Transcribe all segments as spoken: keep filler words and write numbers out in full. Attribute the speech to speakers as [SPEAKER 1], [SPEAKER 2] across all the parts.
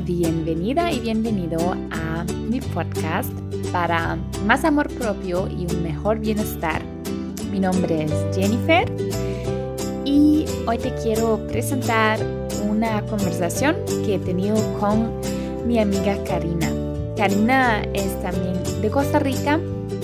[SPEAKER 1] bienvenida y bienvenido a mi podcast para más amor propio y un mejor bienestar. Mi nombre es Jennifer y hoy te quiero presentar una conversación que he tenido con mi amiga Karina. Karina es también de Costa Rica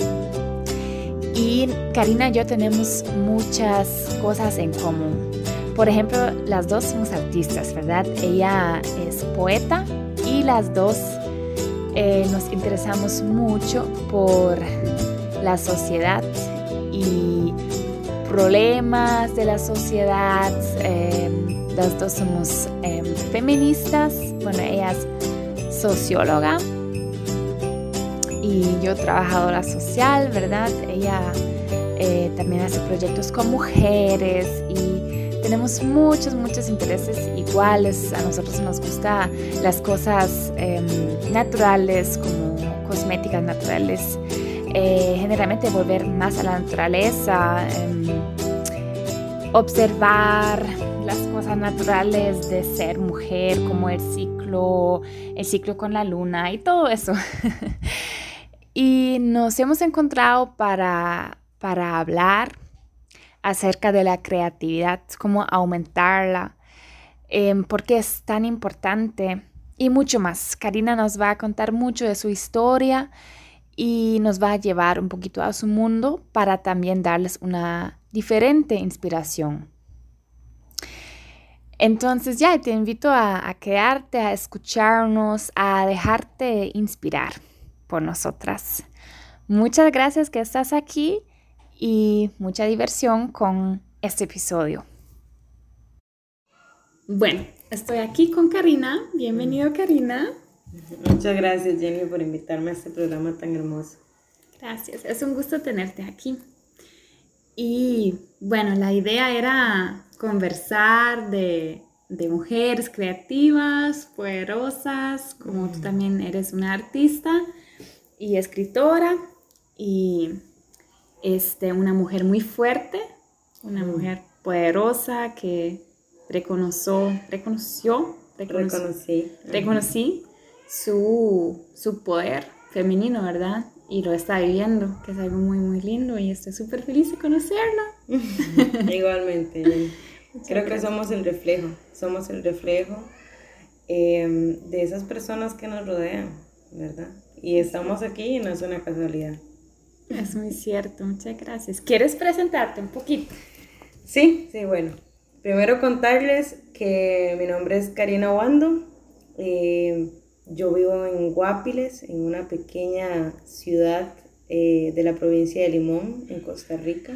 [SPEAKER 1] y Karina y yo tenemos muchas cosas en común. Por ejemplo, las dos somos artistas, ¿verdad? Ella es poeta y las dos eh, nos interesamos mucho por la sociedad y problemas de la sociedad. Eh, las dos somos eh, feministas. Bueno, ella es socióloga y yo trabajadora social, ¿verdad? Ella eh, también hace proyectos con mujeres y tenemos muchos, muchos intereses iguales. A nosotros nos gustan las cosas eh, naturales, como cosméticas naturales. Eh, generalmente volver más a la naturaleza, eh, observar las cosas naturales de ser mujer, como el ciclo, el ciclo con la luna y todo eso. Y nos hemos encontrado para, para hablar acerca de la creatividad, cómo aumentarla, eh, por qué es tan importante y mucho más. Karina nos va a contar mucho de su historia y nos va a llevar un poquito a su mundo para también darles una diferente inspiración. Entonces ya te invito a, a quedarte, a escucharnos, a dejarte inspirar por nosotras. Muchas gracias que estás aquí y mucha diversión con este episodio. Bueno, estoy aquí con Karina. Bienvenido, Karina.
[SPEAKER 2] Muchas gracias, Jenny, por invitarme a este programa tan hermoso.
[SPEAKER 1] Gracias, es un gusto tenerte aquí. Y bueno, la idea era conversar de, de mujeres creativas, poderosas, como mm. tú también eres una artista y escritora y este, una mujer muy fuerte, una mm. mujer poderosa que reconoció, reconoció, reconoció
[SPEAKER 2] reconocí,
[SPEAKER 1] reconocí su, su poder femenino, ¿verdad? Y lo está viviendo, que es algo muy, muy lindo y estoy súper feliz de conocerla.
[SPEAKER 2] Igualmente, Jenny. Creo que somos el reflejo, somos el reflejo eh, de esas personas que nos rodean, ¿verdad? Y estamos aquí y no es una casualidad.
[SPEAKER 1] Es muy cierto, muchas gracias. ¿Quieres presentarte un poquito?
[SPEAKER 2] Sí, sí, bueno. Primero contarles que mi nombre es Karina Obando. Eh, yo vivo en Guapiles, en una pequeña ciudad eh, de la provincia de Limón, en Costa Rica.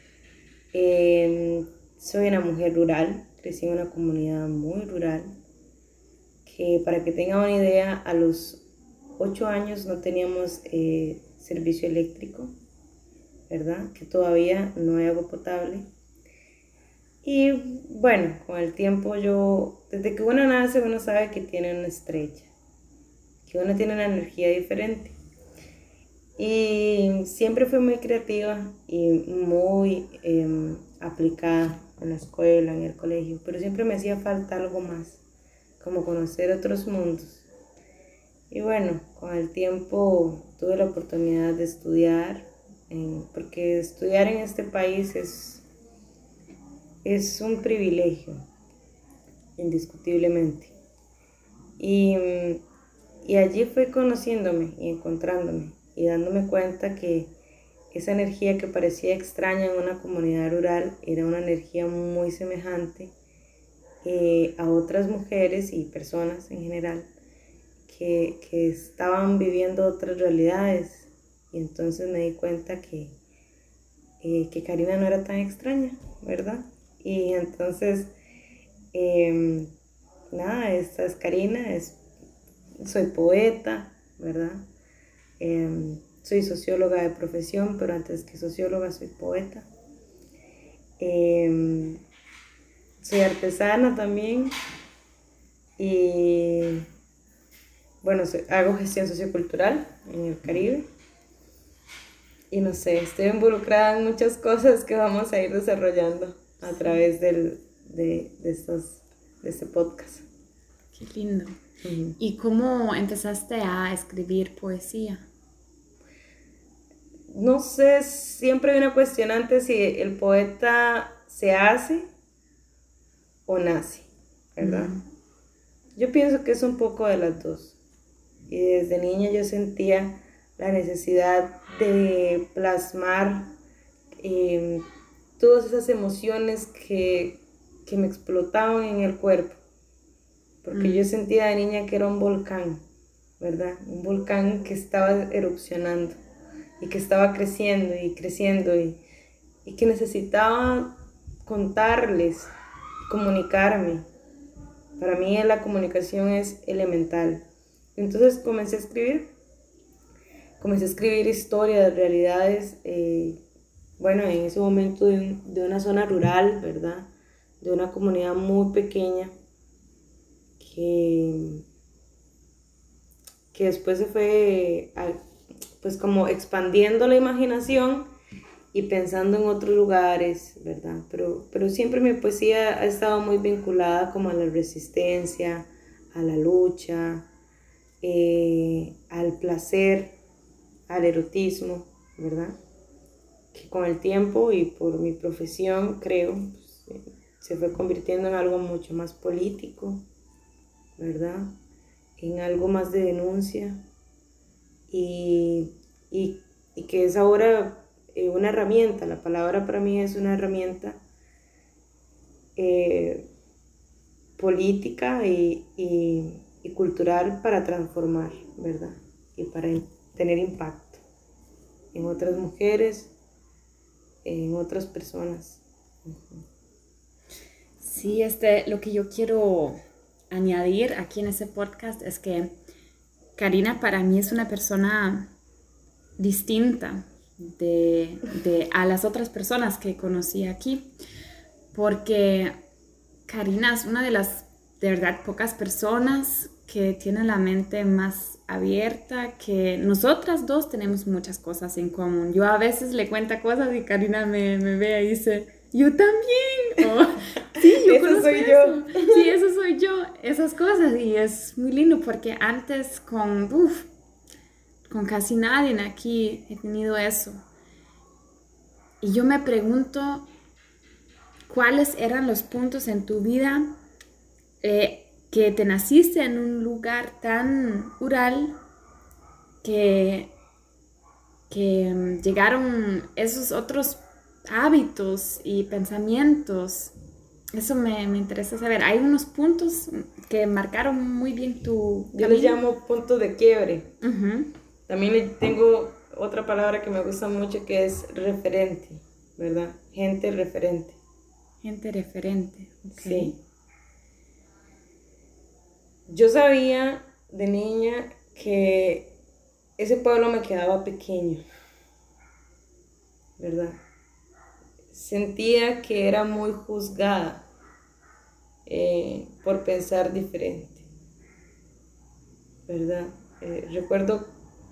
[SPEAKER 2] Eh, soy una mujer rural, crecí en una comunidad muy rural, que para que tengan una idea, a los ocho años no teníamos eh, servicio eléctrico, ¿verdad? Que todavía no hay agua potable. Y bueno, con el tiempo yo, desde que uno nace, uno sabe que tiene una estrella, que uno tiene una energía diferente. Y siempre fui muy creativa y muy eh, aplicada en la escuela, en el colegio, pero siempre me hacía falta algo más, como conocer otros mundos. Y bueno, con el tiempo tuve la oportunidad de estudiar, en, porque estudiar en este país es, es un privilegio, indiscutiblemente. Y, y allí fui conociéndome y encontrándome y dándome cuenta que esa energía que parecía extraña en una comunidad rural era una energía muy semejante eh, a otras mujeres y personas en general que, que estaban viviendo otras realidades. Y entonces me di cuenta que, eh, que Karina no era tan extraña, ¿verdad? Y entonces, eh, nada, esta es Karina, es, soy poeta, ¿verdad? Eh, soy socióloga de profesión, pero antes que socióloga soy poeta. Eh, soy artesana también y bueno, soy, hago gestión sociocultural en el Caribe. Y no sé, estoy involucrada en muchas cosas que vamos a ir desarrollando a través del, de, de, estos, de este podcast.
[SPEAKER 1] Qué lindo.
[SPEAKER 2] Uh-huh.
[SPEAKER 1] ¿Y cómo empezaste a escribir poesía?
[SPEAKER 2] No sé, siempre hay una cuestionante si el poeta se hace o nace, ¿verdad? Uh-huh. Yo pienso que es un poco de las dos. Y desde niña yo sentía la necesidad de plasmar eh, todas esas emociones que, que me explotaban en el cuerpo. Porque mm. yo sentía de niña que era un volcán, ¿verdad? Un volcán que estaba erupcionando y que estaba creciendo y creciendo y, y que necesitaba contarles, comunicarme. Para mí la comunicación es elemental. Entonces comencé a escribir, comencé a escribir historias, realidades, eh, bueno, en ese momento de, un, de una zona rural, ¿verdad? De una comunidad muy pequeña que, que después se fue pues como expandiendo la imaginación y pensando en otros lugares, ¿verdad? Pero, pero siempre mi poesía ha estado muy vinculada como a la resistencia, a la lucha, eh, al placer, al erotismo, ¿verdad? Que con el tiempo y por mi profesión, creo, pues, se fue convirtiendo en algo mucho más político, ¿verdad? En algo más de denuncia y, y, y que es ahora eh, una herramienta. La palabra para mí es una herramienta eh, política y, y, y cultural para transformar, ¿verdad? Y para tener impacto en otras mujeres, en otras personas. Uh-huh.
[SPEAKER 1] Sí, este, lo que yo quiero añadir aquí en ese podcast es que Karina para mí es una persona distinta de, de a las otras personas que conocí aquí, porque Karina es una de las, de verdad, pocas personas que tiene la mente más abierta, que nosotras dos tenemos muchas cosas en común. Yo a veces le cuento cosas y Karina me, me ve y dice, yo también. O, sí, yo
[SPEAKER 2] eso soy
[SPEAKER 1] eso.
[SPEAKER 2] yo.
[SPEAKER 1] Sí, eso soy yo. Esas cosas. Y es muy lindo porque antes con, uf, con casi nadie aquí he tenido eso. Y yo me pregunto, ¿cuáles eran los puntos en tu vida eh, que te naciste en un lugar tan rural que, que llegaron esos otros hábitos y pensamientos? Eso me, me interesa saber. Hay unos puntos que marcaron muy bien tu
[SPEAKER 2] Yo les llamo puntos de quiebre. Uh-huh. También tengo otra palabra que me gusta mucho que es referente, ¿verdad? Gente referente.
[SPEAKER 1] Gente referente, ok.
[SPEAKER 2] Sí. Yo sabía de niña que ese pueblo me quedaba pequeño, ¿verdad? Sentía que era muy juzgada eh, por pensar diferente, ¿verdad? Eh, recuerdo,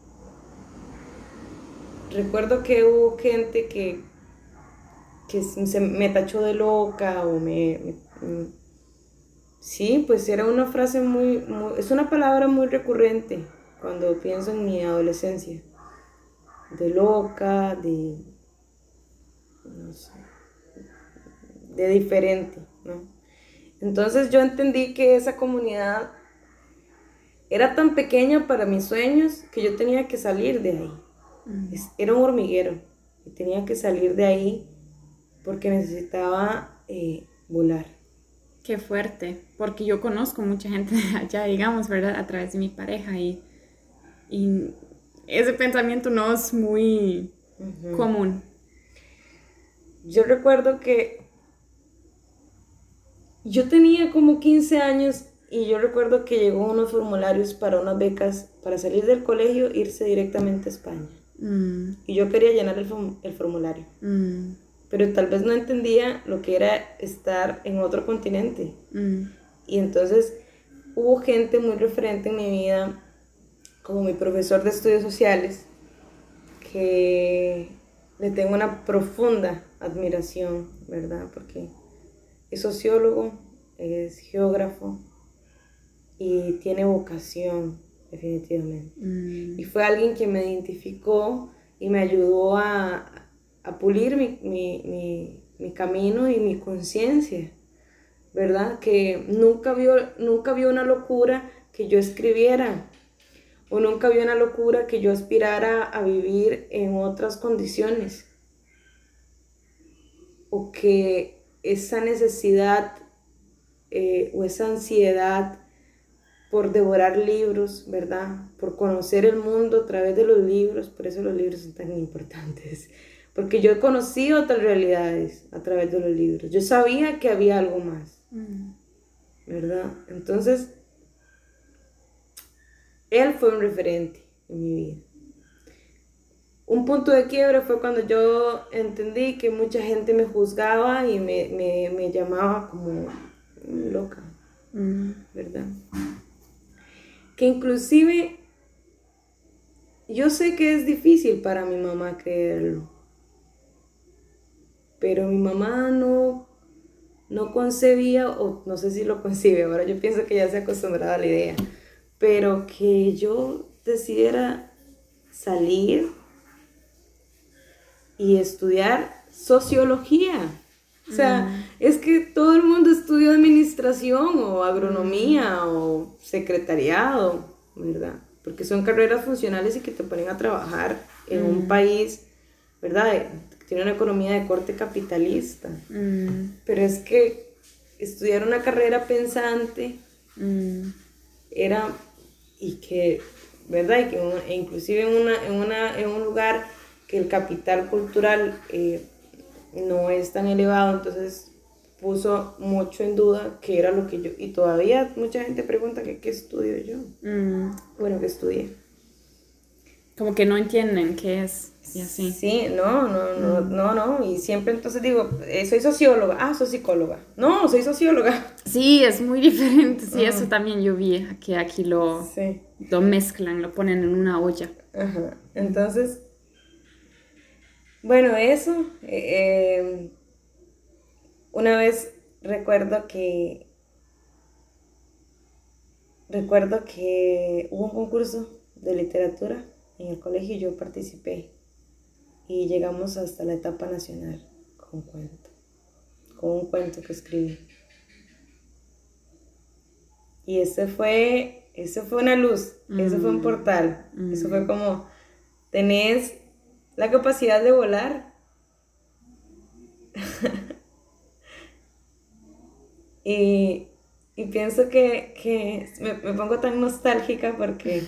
[SPEAKER 2] recuerdo que hubo gente que, que se me tachó de loca o me... me Sí, pues era una frase muy, muy, es una palabra muy recurrente cuando pienso en mi adolescencia, de loca, de, no sé, de diferente, ¿no? Entonces yo entendí que esa comunidad era tan pequeña para mis sueños que yo tenía que salir de ahí. Uh-huh. Era un hormiguero y tenía que salir de ahí porque necesitaba eh, volar.
[SPEAKER 1] Qué fuerte, porque yo conozco mucha gente allá, digamos, ¿verdad? A través de mi pareja y, y ese pensamiento no es muy uh-huh. común.
[SPEAKER 2] Yo recuerdo que yo tenía como quince años y yo recuerdo que llegó unos formularios para unas becas para salir del colegio e irse directamente a España. Mm. Y yo quería llenar el, el formulario. Mm. Pero tal vez no entendía lo que era estar en otro continente. Mm. Y entonces hubo gente muy referente en mi vida, como mi profesor de estudios sociales, que le tengo una profunda admiración, ¿verdad? Porque es sociólogo, es geógrafo y tiene vocación, definitivamente.
[SPEAKER 1] Mm.
[SPEAKER 2] Y fue alguien que me identificó y me ayudó a, a pulir mi, mi, mi, mi camino y mi conciencia, ¿verdad? Que nunca vio, nunca vio una locura que yo escribiera, o nunca vio una locura que yo aspirara a vivir en otras condiciones, o que esa necesidad eh, o esa ansiedad por devorar libros, ¿verdad? Por conocer el mundo a través de los libros, por eso los libros son tan importantes, porque yo conocí otras realidades a través de los libros, yo sabía que había algo más, ¿verdad? Entonces, él fue un referente en mi vida. Un punto de quiebre fue cuando yo entendí que mucha gente me juzgaba y me, me, me llamaba como loca, ¿verdad? Que inclusive yo sé que es difícil para mi mamá creerlo, pero mi mamá no, no concebía, o no sé si lo concibe, ahora yo pienso que ya se ha acostumbrado a la idea, pero que yo decidiera salir y estudiar sociología. O sea, mm. es que todo el mundo estudia administración o agronomía mm. o secretariado, ¿verdad? Porque son carreras funcionales y que te ponen a trabajar en mm. un país, ¿verdad? Que tiene una economía de corte capitalista. Mm. Pero es que estudiar una carrera pensante mm. era, y que, ¿verdad? Y que e inclusive en, una, en, una, en un lugar que el capital cultural eh, no es tan elevado, entonces puso mucho en duda qué era lo que yo, y todavía mucha gente pregunta que qué estudio yo. Mm. Bueno, ¿qué estudié?
[SPEAKER 1] Como que no entienden qué es, y así.
[SPEAKER 2] Sí, no, no, no, mm. no, no, y siempre entonces digo, eh, soy socióloga, ah, soy psicóloga, no, soy socióloga.
[SPEAKER 1] Sí, es muy diferente, sí, mm. eso también yo vi, que aquí lo,
[SPEAKER 2] sí.
[SPEAKER 1] lo mezclan, lo ponen en una olla.
[SPEAKER 2] Ajá, entonces... Bueno, eso, eh, una vez recuerdo que, recuerdo que hubo un concurso de literatura en el colegio y yo participé y llegamos hasta la etapa nacional con un cuento, con un cuento que escribí. Y ese fue, eso fue una luz, mm. eso fue un portal, mm. eso fue como, tenés la capacidad de volar. y, y pienso que, que me, me pongo tan nostálgica porque,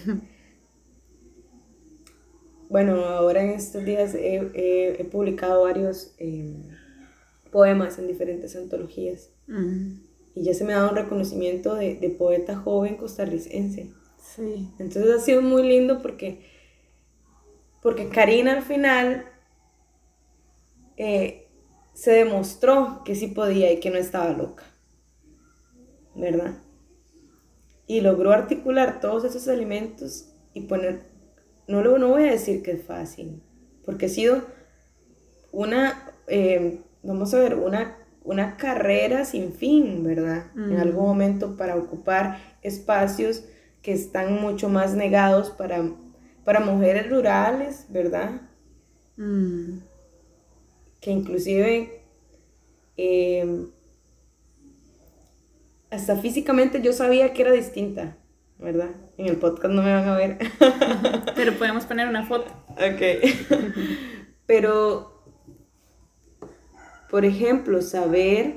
[SPEAKER 2] bueno, ahora en estos días he, he, he publicado varios eh, poemas en diferentes antologías. Mm. Y ya se me ha dado un reconocimiento de, de poeta joven costarricense.
[SPEAKER 1] Sí.
[SPEAKER 2] Entonces ha sido muy lindo porque... Porque Karina al final eh, se demostró que sí podía y que no estaba loca, ¿verdad? Y logró articular todos esos elementos y poner, no, lo, no voy a decir que es fácil, porque ha sido una, eh, vamos a ver, una, una carrera sin fin, ¿verdad? Mm. En algún momento para ocupar espacios que están mucho más negados para... para mujeres rurales, ¿verdad? Mm. Que inclusive eh, hasta físicamente yo sabía que era distinta, ¿verdad? En el podcast no me van a ver.
[SPEAKER 1] Pero podemos poner una foto.
[SPEAKER 2] Ok. Pero, por ejemplo, saber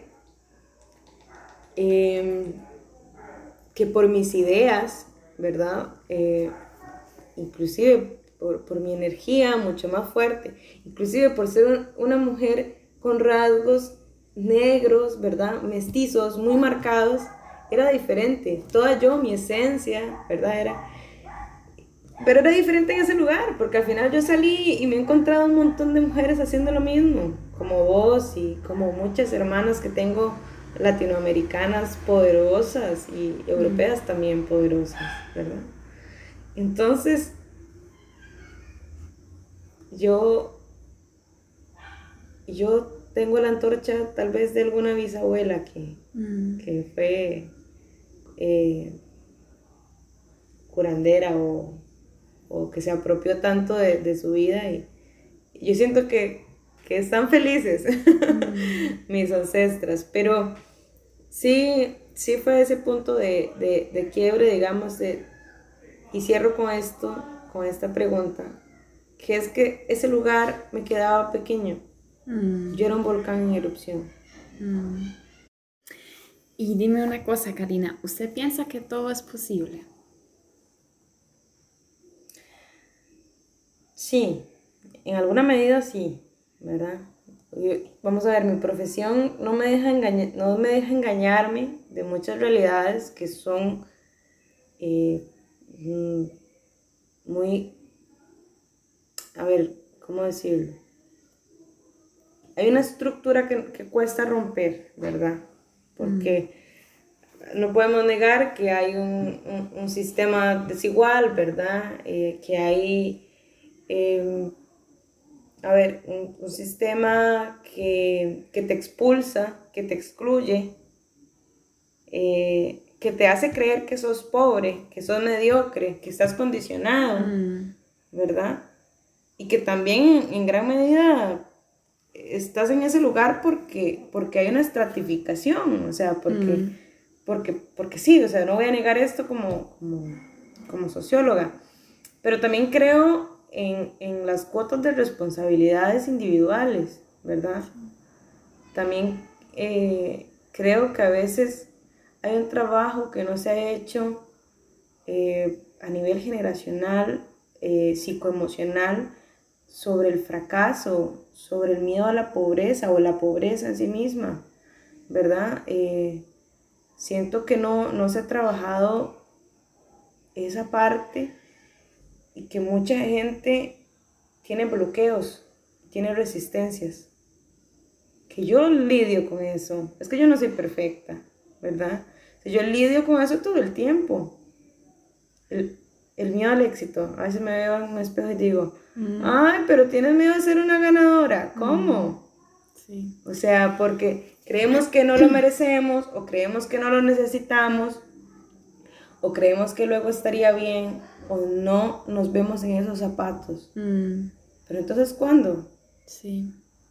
[SPEAKER 2] eh, que por mis ideas, ¿verdad? Eh, inclusive por, por mi energía mucho más fuerte, inclusive por ser una mujer con rasgos negros, ¿verdad? Mestizos, muy marcados, era diferente, toda yo, mi esencia, ¿verdad? Era, pero era diferente en ese lugar, porque al final yo salí y me he encontrado un montón de mujeres haciendo lo mismo, como vos y como muchas hermanas que tengo latinoamericanas poderosas y europeas mm. también poderosas, ¿verdad? Entonces, yo, yo tengo la antorcha tal vez de alguna bisabuela que, mm. que fue, eh, curandera o, o que se apropió tanto de, de su vida. Y yo siento que, que están felices mm. mis ancestras, pero sí, sí fue ese punto de, de, de quiebre, digamos, de, y cierro con esto, con esta pregunta, que es que ese lugar me quedaba pequeño. Mm. Yo era un volcán en erupción.
[SPEAKER 1] Mm. Y dime una cosa, Karina, ¿usted piensa que todo es posible?
[SPEAKER 2] Sí, en alguna medida sí, ¿verdad? Vamos a ver, mi profesión no me deja, engañar, no me deja engañarme de muchas realidades que son eh, muy, a ver, ¿cómo decirlo? Hay una estructura que, que cuesta romper, ¿verdad? Porque mm. no podemos negar que hay un, un, un sistema desigual, ¿verdad? Eh, que hay, eh, a ver, un, un sistema que, que te expulsa, que te excluye, eh, que te hace creer que sos pobre, que sos mediocre, que estás condicionado, mm. ¿verdad? Y que también en gran medida estás en ese lugar porque, porque hay una estratificación, o sea, porque, mm. porque, porque sí, o sea, no voy a negar esto como, como, como socióloga, pero también creo en, en las cuotas de responsabilidades individuales, ¿verdad? También eh, creo que a veces hay un trabajo que no se ha hecho eh, a nivel generacional, eh, psicoemocional, sobre el fracaso, sobre el miedo a la pobreza o la pobreza en sí misma, ¿verdad? Eh, siento que no, no se ha trabajado esa parte y que mucha gente tiene bloqueos, tiene resistencias, que yo lidio con eso. Es que yo no soy perfecta, ¿verdad? Yo lidio con eso todo el tiempo. El, el miedo al éxito. A veces me veo en un espejo y digo, mm. ay, pero tienes miedo de ser una ganadora. ¿Cómo?
[SPEAKER 1] Mm. Sí.
[SPEAKER 2] O sea, porque creemos que no lo merecemos, o creemos que no lo necesitamos, o creemos que luego estaría bien, o no nos vemos en esos zapatos. Mm. Pero entonces, ¿cuándo?
[SPEAKER 1] Sí.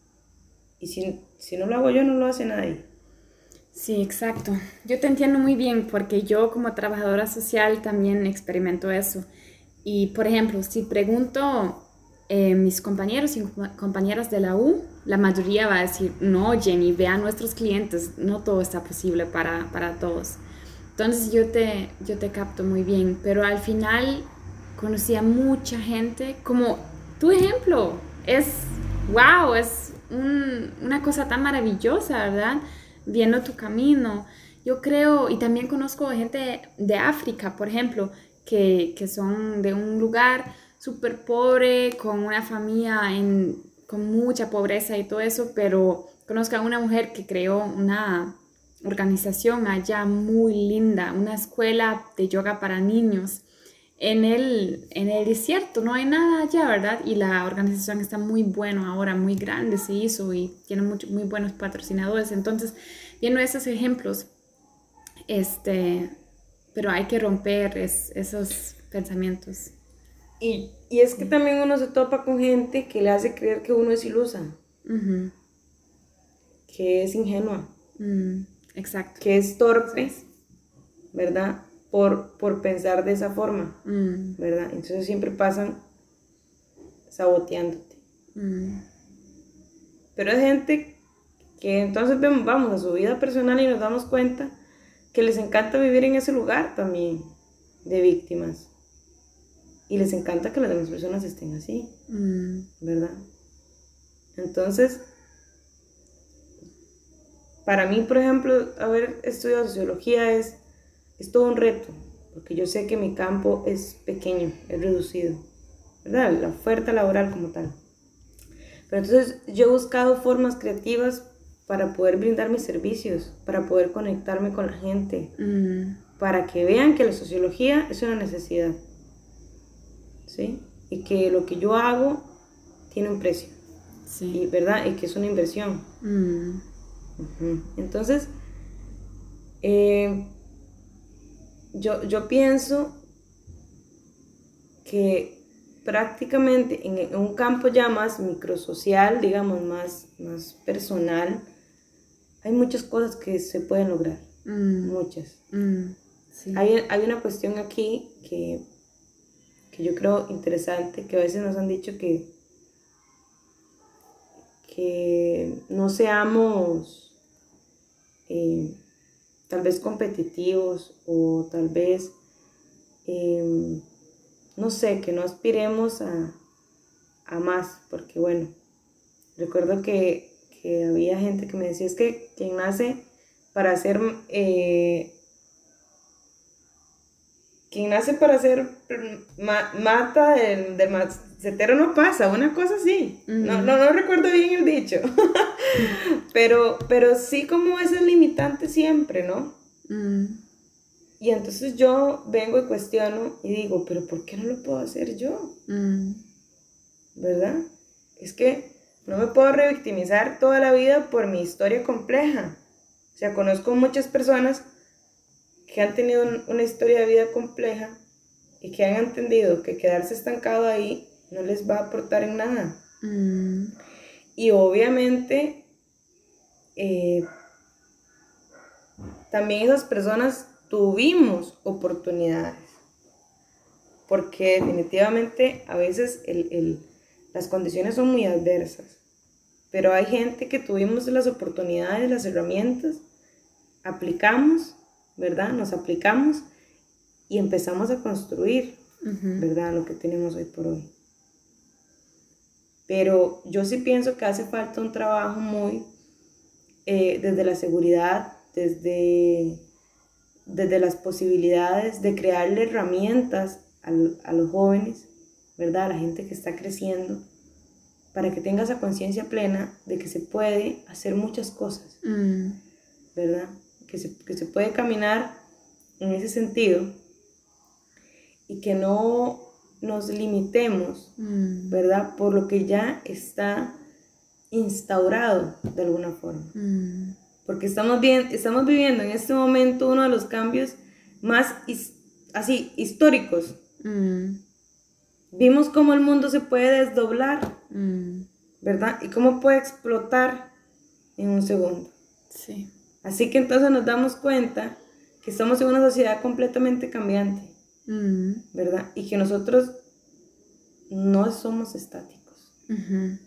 [SPEAKER 2] Y si, si no lo hago yo, no lo hace nadie.
[SPEAKER 1] Sí, exacto. Yo te entiendo muy bien porque yo como trabajadora social también experimento eso. Y, por ejemplo, si pregunto eh, mis compañeros y compañeras de la U, la mayoría va a decir, no, Jenny, ve a nuestros clientes, no todo está posible para, para todos. Entonces yo te, yo te capto muy bien, pero al final conocí a mucha gente, como tu ejemplo, es, wow, es un, una cosa tan maravillosa, ¿verdad? Viendo tu camino. Yo creo, y también conozco gente de África, por ejemplo, que, que son de un lugar súper pobre, con una familia en, con mucha pobreza y todo eso, pero conozco a una mujer que creó una organización allá muy linda, una escuela de yoga para niños en el, en el desierto, no hay nada allá, ¿verdad? Y la organización está muy buena ahora, muy grande se hizo y tiene mucho, muy buenos patrocinadores. Entonces, viendo esos ejemplos, este, pero hay que romper es, esos pensamientos.
[SPEAKER 2] Y, y es que sí. También uno se topa con gente que le hace creer que uno es ilusa, uh-huh. que es ingenua,
[SPEAKER 1] mm, exacto,
[SPEAKER 2] que es torpe, ¿verdad? Por, por pensar de esa forma, mm. ¿verdad? Entonces siempre pasan saboteándote. Mm. Pero hay gente que entonces vamos a su vida personal y nos damos cuenta que les encanta vivir en ese lugar también de víctimas. Y les encanta que las demás personas estén así, mm. ¿verdad? Entonces, para mí, por ejemplo, haber estudiado sociología es... es todo un reto, porque yo sé que mi campo es pequeño, es reducido, ¿verdad? La oferta laboral como tal. Pero entonces yo he buscado formas creativas para poder brindar mis servicios, para poder conectarme con la gente, mm. para que vean que la sociología es una necesidad, ¿sí? Y que lo que yo hago tiene un precio, sí. y, ¿verdad? Y que es una inversión. Mm. Uh-huh. Entonces, eh, Yo, yo pienso que prácticamente en, en un campo ya más microsocial, digamos, más, más personal, hay muchas cosas que se pueden lograr, mm. muchas. Mm. Sí. Hay, hay una cuestión aquí que, que yo creo interesante, que a veces nos han dicho que, que no seamos eh, tal vez competitivos o tal vez, eh, no sé, que no aspiremos a, a más, porque bueno, recuerdo que, que había gente que me decía, es que quien nace para ser... Eh, quien nace para ser ma, mata del, del macetero no pasa, una cosa así. Uh-huh. No, no, no recuerdo bien el dicho. pero, pero sí como ese limitante siempre, ¿no? Uh-huh. Y entonces yo vengo y cuestiono y digo, pero ¿por qué no lo puedo hacer yo? Uh-huh. ¿Verdad? Es que no me puedo revictimizar toda la vida por mi historia compleja. O sea, conozco muchas personas que han tenido una historia de vida compleja y que han entendido que quedarse estancado ahí no les va a aportar en nada. Mm. Y obviamente eh, también esas personas tuvimos oportunidades, porque definitivamente a veces el, el, las condiciones son muy adversas, pero hay gente que tuvimos las oportunidades, las herramientas, aplicamos, ¿verdad? Nos aplicamos y empezamos a construir, uh-huh. ¿verdad? Lo que tenemos hoy por hoy. Pero yo sí pienso que hace falta un trabajo muy eh, desde la seguridad, desde, desde las posibilidades de crearle herramientas a, a los jóvenes, ¿verdad? A la gente que está creciendo, para que tenga esa conciencia plena de que se puede hacer muchas cosas, uh-huh. ¿verdad? Que se, que se puede caminar en ese sentido y que no nos limitemos, mm. ¿verdad? Por lo que ya está instaurado de alguna forma. Mm. Porque estamos, bien, estamos viviendo en este momento uno de los cambios más is, así, históricos. Mm. Vimos cómo el mundo se puede desdoblar, mm. ¿verdad? Y cómo puede explotar en un segundo.
[SPEAKER 1] Sí.
[SPEAKER 2] Así que entonces nos damos cuenta que estamos en una sociedad completamente cambiante, mm. ¿verdad? Y que nosotros no somos estáticos. Uh-huh.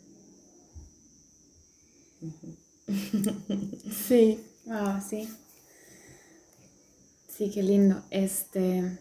[SPEAKER 1] Uh-huh. Sí, ah, oh, sí. Sí, qué lindo. Este,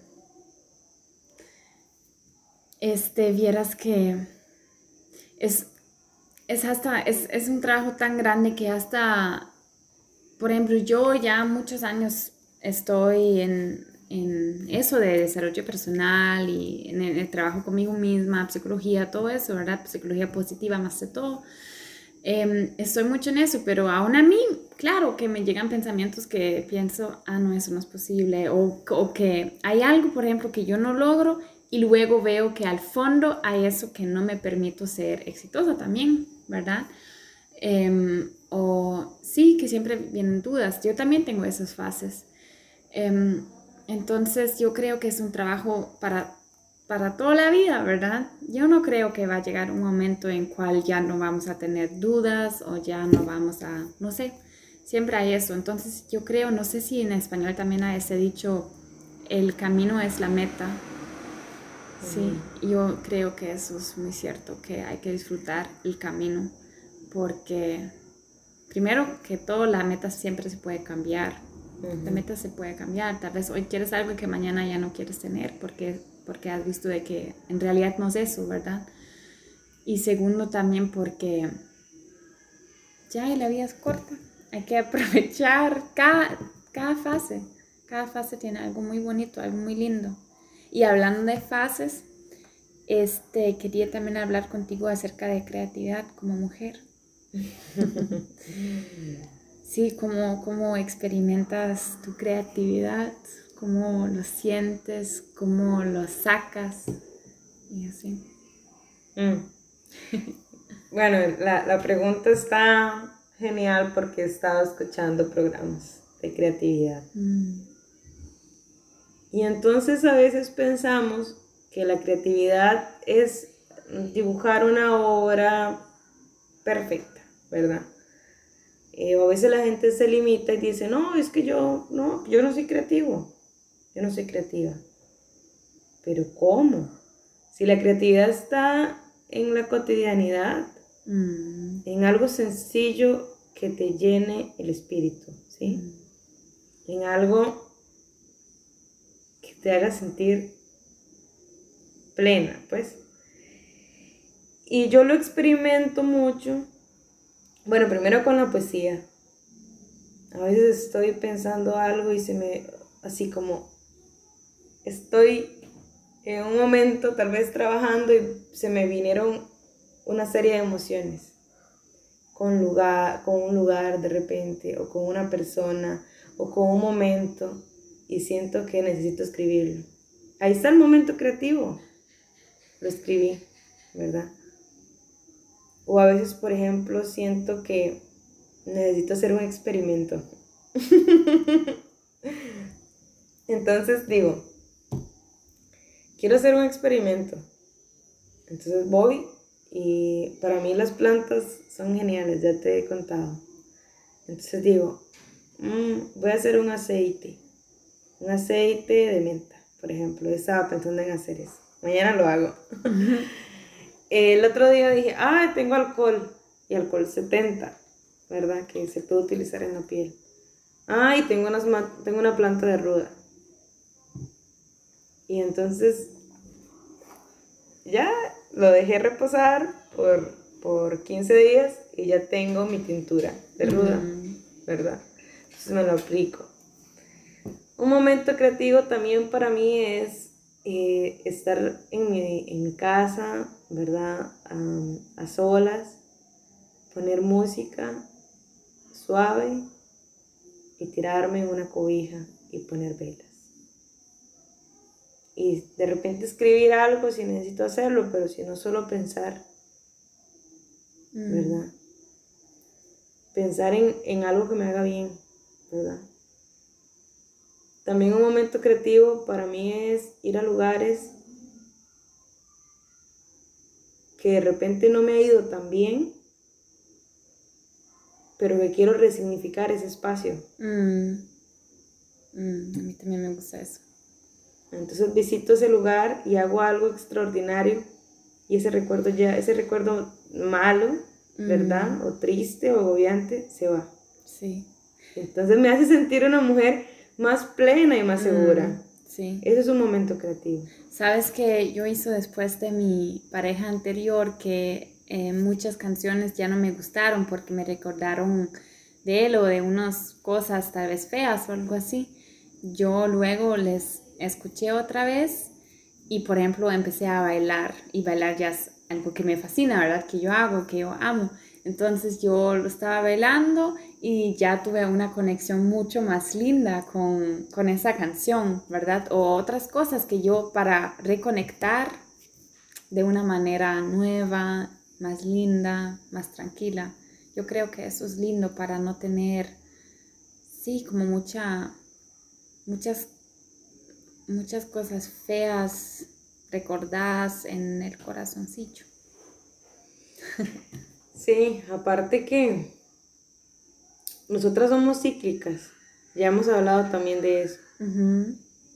[SPEAKER 1] este, vieras que es, es hasta, es, es un trabajo tan grande que hasta... Por ejemplo, yo ya muchos años estoy en, en eso de desarrollo personal y en el, el trabajo conmigo misma, psicología, todo eso, ¿verdad? Psicología positiva más de todo. Eh, estoy mucho en eso, pero aún a mí, claro, que me llegan pensamientos que pienso, ah, no, eso no es posible. O, o que hay algo, por ejemplo, que yo no logro y luego veo que al fondo hay eso que no me permito ser exitosa también, ¿verdad? Eh, o sí, que siempre vienen dudas. Yo también tengo esas fases. Eh, entonces yo creo que es un trabajo para, para toda la vida, ¿verdad? Yo no creo que va a llegar un momento en cual ya no vamos a tener dudas o ya no vamos a, no sé, siempre hay eso. Entonces yo creo, no sé si en español también hay ese dicho, el camino es la meta. Sí, yo creo que eso es muy cierto, que hay que disfrutar el camino. Porque primero que todo la meta siempre se puede cambiar, uh-huh. la meta se puede cambiar, tal vez hoy quieres algo que mañana ya no quieres tener porque, porque has visto de que en realidad no es eso, ¿verdad? Y segundo también porque ya la vida es corta, hay que aprovechar cada, cada fase, cada fase tiene algo muy bonito, algo muy lindo. Y hablando de fases, este, quería también hablar contigo acerca de creatividad como mujer. Sí, cómo, cómo experimentas tu creatividad, cómo lo sientes, cómo lo sacas y así.
[SPEAKER 2] Mm. Bueno, la, la pregunta está genial porque he estado escuchando programas de creatividad. Mm. Y entonces a veces pensamos que la creatividad es dibujar una obra perfecta, ¿verdad? Eh, o a veces la gente se limita y dice, no, es que yo no, yo no soy creativo, yo no soy creativa. Pero ¿cómo? Si la creatividad está en la cotidianidad, mm. en algo sencillo que te llene el espíritu, ¿sí? Mm. En algo que te haga sentir plena, pues. Y yo lo experimento mucho, bueno, primero con la poesía. A veces estoy pensando algo y se me, así como, estoy en un momento tal vez trabajando y se me vinieron una serie de emociones con, lugar, con un lugar de repente, o con una persona, o con un momento, y siento que necesito escribirlo. Ahí está el momento creativo, lo escribí, ¿verdad? O a veces, por ejemplo, siento que necesito hacer un experimento. Entonces digo, quiero hacer un experimento. Entonces voy y para mí las plantas son geniales, ya te he contado. Entonces digo, mmm, voy a hacer un aceite. Un aceite de menta, por ejemplo. Yo estaba pensando en hacer eso. Mañana lo hago. Uh-huh. El otro día dije, ah, tengo alcohol. Y alcohol setenta, ¿verdad? Que se puede utilizar en la piel. Ah, y tengo, unas, tengo una planta de ruda. Y entonces ya lo dejé reposar por, por quince días y ya tengo mi tintura de ruda, uh-huh. ¿verdad? Entonces me lo aplico. Un momento creativo también para mí es eh, estar en mi, en mi casa, ¿verdad? Um, a solas, poner música suave y tirarme en una cobija y poner velas. Y de repente escribir algo si necesito hacerlo, pero si no, solo pensar, mm. ¿verdad? Pensar en, en algo que me haga bien, ¿verdad? También un momento creativo para mí es ir a lugares que de repente no me ha ido tan bien, pero que quiero resignificar ese espacio.
[SPEAKER 1] Mm. Mm, a mí también me gusta eso.
[SPEAKER 2] Entonces visito ese lugar y hago algo extraordinario y ese recuerdo ya, ese recuerdo malo, ¿verdad? Mm. O triste o agobiante, se va.
[SPEAKER 1] Sí.
[SPEAKER 2] Entonces me hace sentir una mujer más plena y más segura.
[SPEAKER 1] Mm, sí.
[SPEAKER 2] Ese es un momento creativo.
[SPEAKER 1] Sabes que yo hice después de mi pareja anterior que eh, muchas canciones ya no me gustaron porque me recordaron de él o de unas cosas tal vez feas o algo así. Yo luego les escuché otra vez y por ejemplo empecé a bailar y bailar ya es algo que me fascina, ¿verdad? Que yo hago, que yo amo. Entonces yo lo estaba bailando y ya tuve una conexión mucho más linda con, con esa canción, ¿verdad? O otras cosas que yo para reconectar de una manera nueva, más linda, más tranquila. Yo creo que eso es lindo para no tener, sí, como mucha, muchas, muchas cosas feas recordadas en el corazoncillo.
[SPEAKER 2] Sí, aparte que nosotras somos cíclicas, ya hemos hablado también de eso. Uh-huh.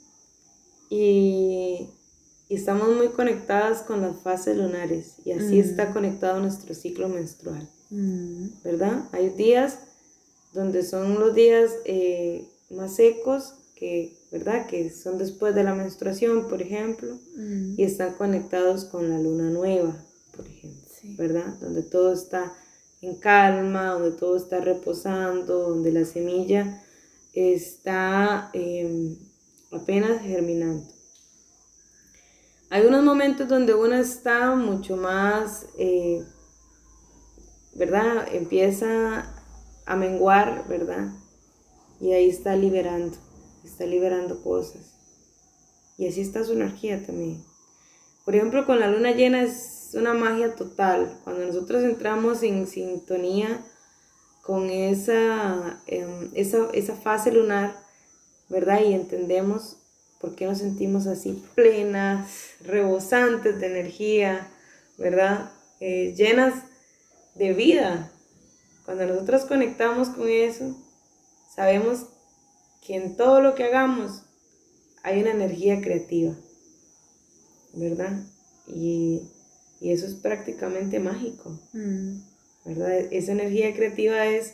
[SPEAKER 2] Y, y estamos muy conectadas con las fases lunares y así uh-huh. está conectado nuestro ciclo menstrual, uh-huh. ¿verdad? Hay días donde son los días eh, más secos, que, ¿verdad? Que son después de la menstruación, por ejemplo, uh-huh. y están conectados con la luna nueva, por ejemplo, sí. ¿verdad? Donde todo está en calma, donde todo está reposando, donde la semilla está eh, apenas germinando. Hay unos momentos donde uno está mucho más, eh, ¿verdad? Empieza a menguar, ¿verdad? Y ahí está liberando, está liberando cosas. Y así está su energía también. Por ejemplo, con la luna llena es una magia total. Cuando nosotros entramos en sintonía con esa, eh, esa, esa fase lunar, ¿verdad? Y entendemos ¿Por qué nos sentimos así plenas, rebosantes de energía, ¿verdad? Eh, llenas de vida. Cuando nosotros conectamos con eso, sabemos que en todo lo que hagamos hay una energía creativa, ¿verdad? Y, y eso es prácticamente mágico, mm. ¿verdad? Esa energía creativa es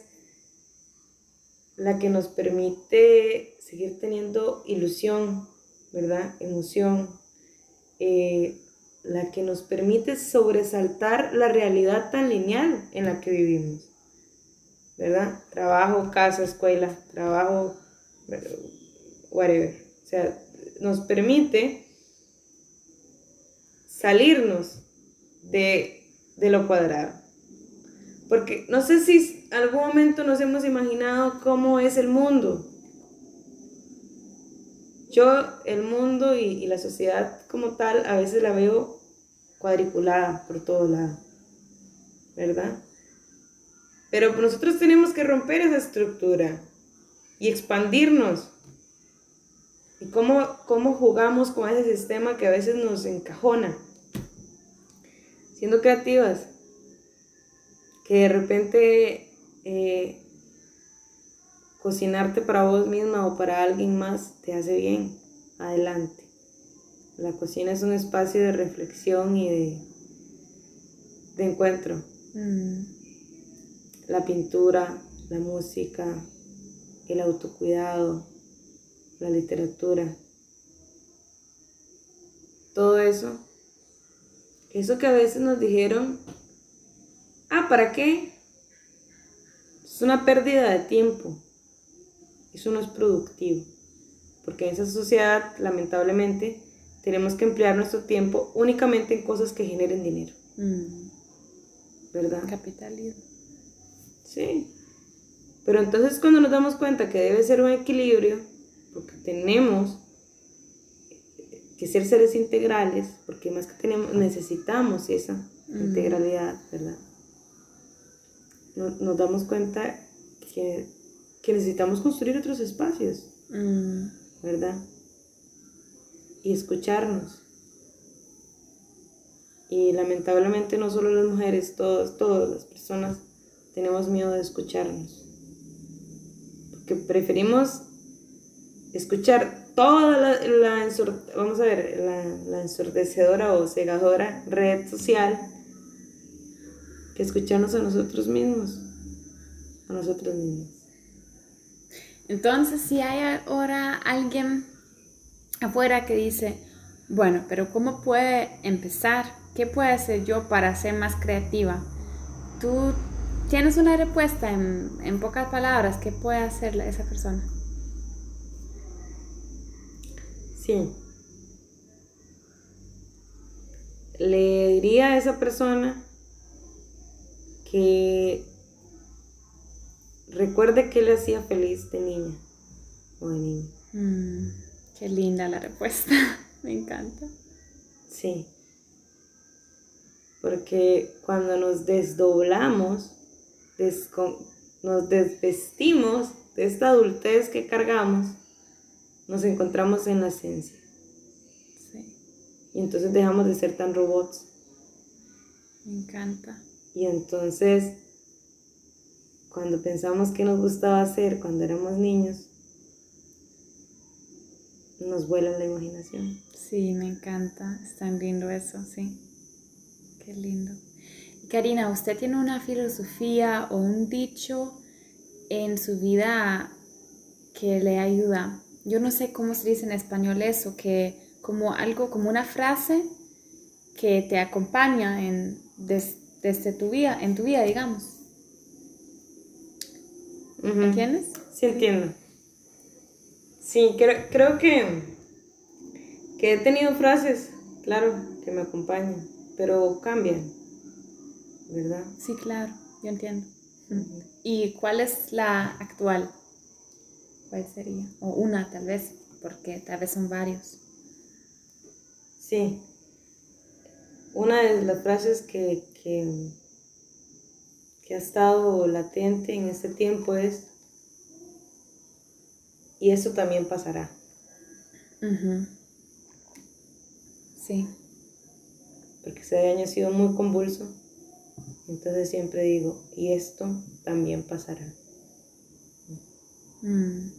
[SPEAKER 2] la que nos permite seguir teniendo ilusión, ¿verdad? Emoción, eh, la que nos permite sobresaltar la realidad tan lineal en la que vivimos, ¿verdad? Trabajo, casa, escuela, trabajo, whatever. O sea, nos permite salirnos de, de lo cuadrado. Porque no sé si en algún momento nos hemos imaginado cómo es el mundo. Yo, el mundo y, y la sociedad como tal, a veces la veo cuadriculada por todo lado, ¿verdad? Pero nosotros tenemos que romper esa estructura y expandirnos. Y cómo, cómo jugamos con ese sistema que a veces nos encajona. Siendo creativas. Que de repente eh, cocinarte para vos misma o para alguien más te hace bien. Adelante. La cocina es un espacio de reflexión y de, de encuentro. Mm. La pintura, la música, el autocuidado, la literatura, todo eso, eso que a veces nos dijeron, ah, ¿para qué? Es una pérdida de tiempo, eso no es productivo, porque en esa sociedad, lamentablemente, tenemos que emplear nuestro tiempo únicamente en cosas que generen dinero, mm. ¿verdad?
[SPEAKER 1] Capitalismo.
[SPEAKER 2] Sí, pero entonces cuando nos damos cuenta que debe ser un equilibrio, porque tenemos que ser seres integrales, porque más que tenemos, necesitamos esa mm. integralidad, ¿verdad? Nos, nos damos cuenta que, que necesitamos construir otros espacios, mm. ¿verdad? Y escucharnos. Y lamentablemente no solo las mujeres, todos, todas las personas tenemos miedo de escucharnos. Porque preferimos escuchar toda la, la vamos a ver, la, la ensordecedora o cegadora red social que escucharnos a nosotros mismos, a nosotros mismos.
[SPEAKER 1] Entonces, si hay ahora alguien afuera que dice, bueno, pero ¿cómo puede empezar? ¿Qué puedo hacer yo para ser más creativa? ¿Tú tienes una respuesta en, en pocas palabras? ¿Qué puede hacer esa persona?
[SPEAKER 2] Sí. Le diría a esa persona que recuerde que le hacía feliz de niña o de niño.
[SPEAKER 1] Mm, qué linda la respuesta, me encanta.
[SPEAKER 2] Sí, porque cuando nos desdoblamos, descon- nos desvestimos de esta adultez que cargamos, nos encontramos en la esencia.
[SPEAKER 1] Sí.
[SPEAKER 2] Y entonces dejamos de ser tan robots.
[SPEAKER 1] Me encanta.
[SPEAKER 2] Y entonces, cuando pensamos que nos gustaba hacer cuando éramos niños, nos vuela la imaginación.
[SPEAKER 1] Sí, me encanta. Es tan lindo eso, sí. Qué lindo. Karina, ¿usted tiene una filosofía o un dicho en su vida que le ayuda? Yo no sé cómo se dice en español eso, que como algo, como una frase que te acompaña en, des, desde tu vida, en tu vida, digamos.
[SPEAKER 2] Uh-huh.
[SPEAKER 1] ¿Entiendes?
[SPEAKER 2] Sí, entiendo. Sí, creo, creo que, que he tenido frases, claro, que me acompañan, pero cambian, ¿verdad?
[SPEAKER 1] Sí, claro, yo entiendo. Uh-huh. ¿Y cuál es la actual? ¿Cuál sería? O una, tal vez, porque tal vez son varios.
[SPEAKER 2] Sí. Una de las frases que, que, que ha estado latente en este tiempo es: y eso también pasará.
[SPEAKER 1] Uh-huh. Sí.
[SPEAKER 2] Porque ese año ha sido muy convulso. Entonces siempre digo, y esto también pasará.
[SPEAKER 1] Mm.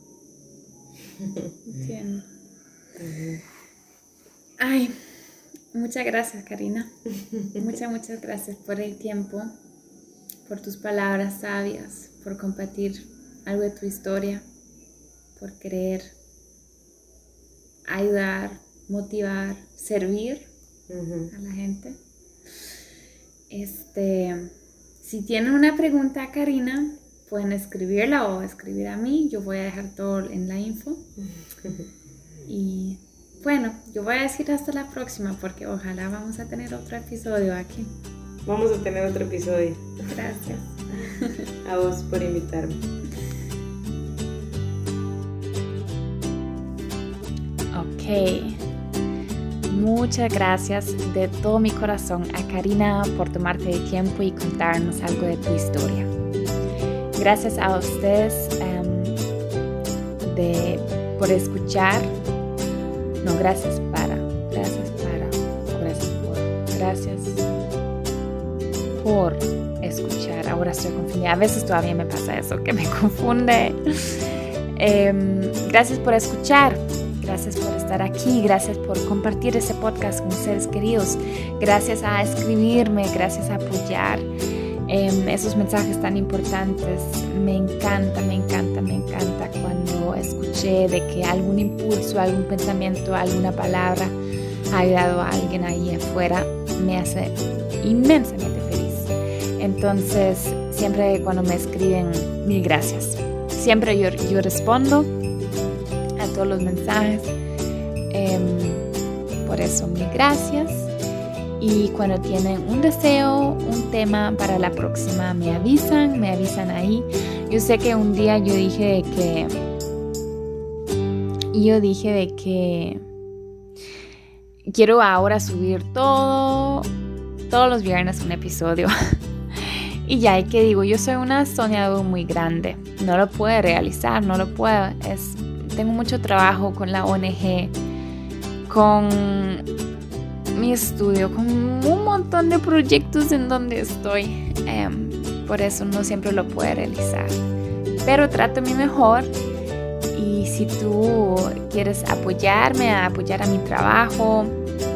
[SPEAKER 1] Entiendo. Uh-huh. Ay, muchas gracias, Karina. Muchas, muchas gracias por el tiempo, por tus palabras sabias, por compartir algo de tu historia, por querer ayudar, motivar, servir uh-huh. a la gente. Este, si tienen una pregunta a Karina, pueden escribirla o escribir a mí. Yo voy a dejar todo en la info. Y bueno, yo voy a decir hasta la próxima, porque ojalá vamos a tener otro episodio aquí.
[SPEAKER 2] Vamos a tener otro episodio.
[SPEAKER 1] Gracias.
[SPEAKER 2] A vos por invitarme.
[SPEAKER 1] Ok. Muchas gracias de todo mi corazón a Karina por tomarte el tiempo y contarnos algo de tu historia. Gracias a ustedes um, de, por escuchar. No, gracias para, gracias para, gracias por, gracias por escuchar. Ahora estoy confundida. A veces todavía me pasa eso, que me confunde. Eh, gracias por escuchar. Gracias por estar aquí, gracias por compartir este podcast con seres queridos, gracias a escribirme, gracias a apoyar eh, esos mensajes tan importantes. Me encanta, me encanta, me encanta cuando escuché de que algún impulso, algún pensamiento, alguna palabra ha ayudado a alguien ahí afuera. Me hace inmensamente feliz. Entonces, siempre cuando me escriben, mil gracias. Siempre yo, yo respondo a todos los mensajes, eh, por eso mil gracias. Y cuando tienen un deseo, un tema para la próxima, me avisan, me avisan ahí. Yo sé que un día yo dije de que yo dije de que quiero ahora subir todo todos los viernes un episodio. Y ya, y que digo, yo soy una soñadora muy grande, no lo puedo realizar, no lo puedo, es tengo mucho trabajo con la O N G, con mi estudio, con un montón de proyectos en donde estoy. Eh, por eso no siempre lo puedo realizar. Pero trato mi mejor. Y si tú quieres apoyarme, a apoyar a mi trabajo,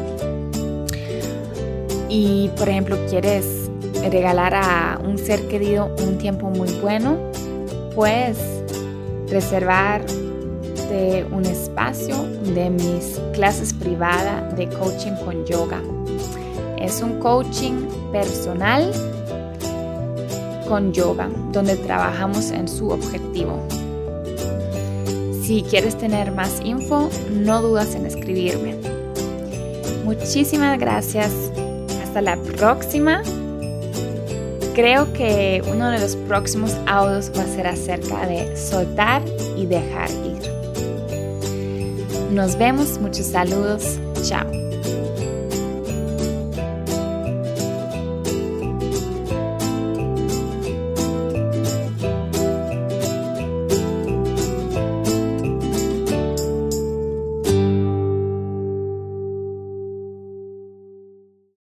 [SPEAKER 1] y por ejemplo quieres regalar a un ser querido un tiempo muy bueno, puedes reservar de un espacio de mis clases privadas de coaching con yoga. Es un coaching personal con yoga, donde trabajamos en su objetivo. Si quieres tener más info, no dudas en escribirme. Muchísimas gracias. Hasta la próxima. Creo que uno de los próximos audios va a ser acerca de soltar y dejar ir. Nos vemos, muchos saludos, chao.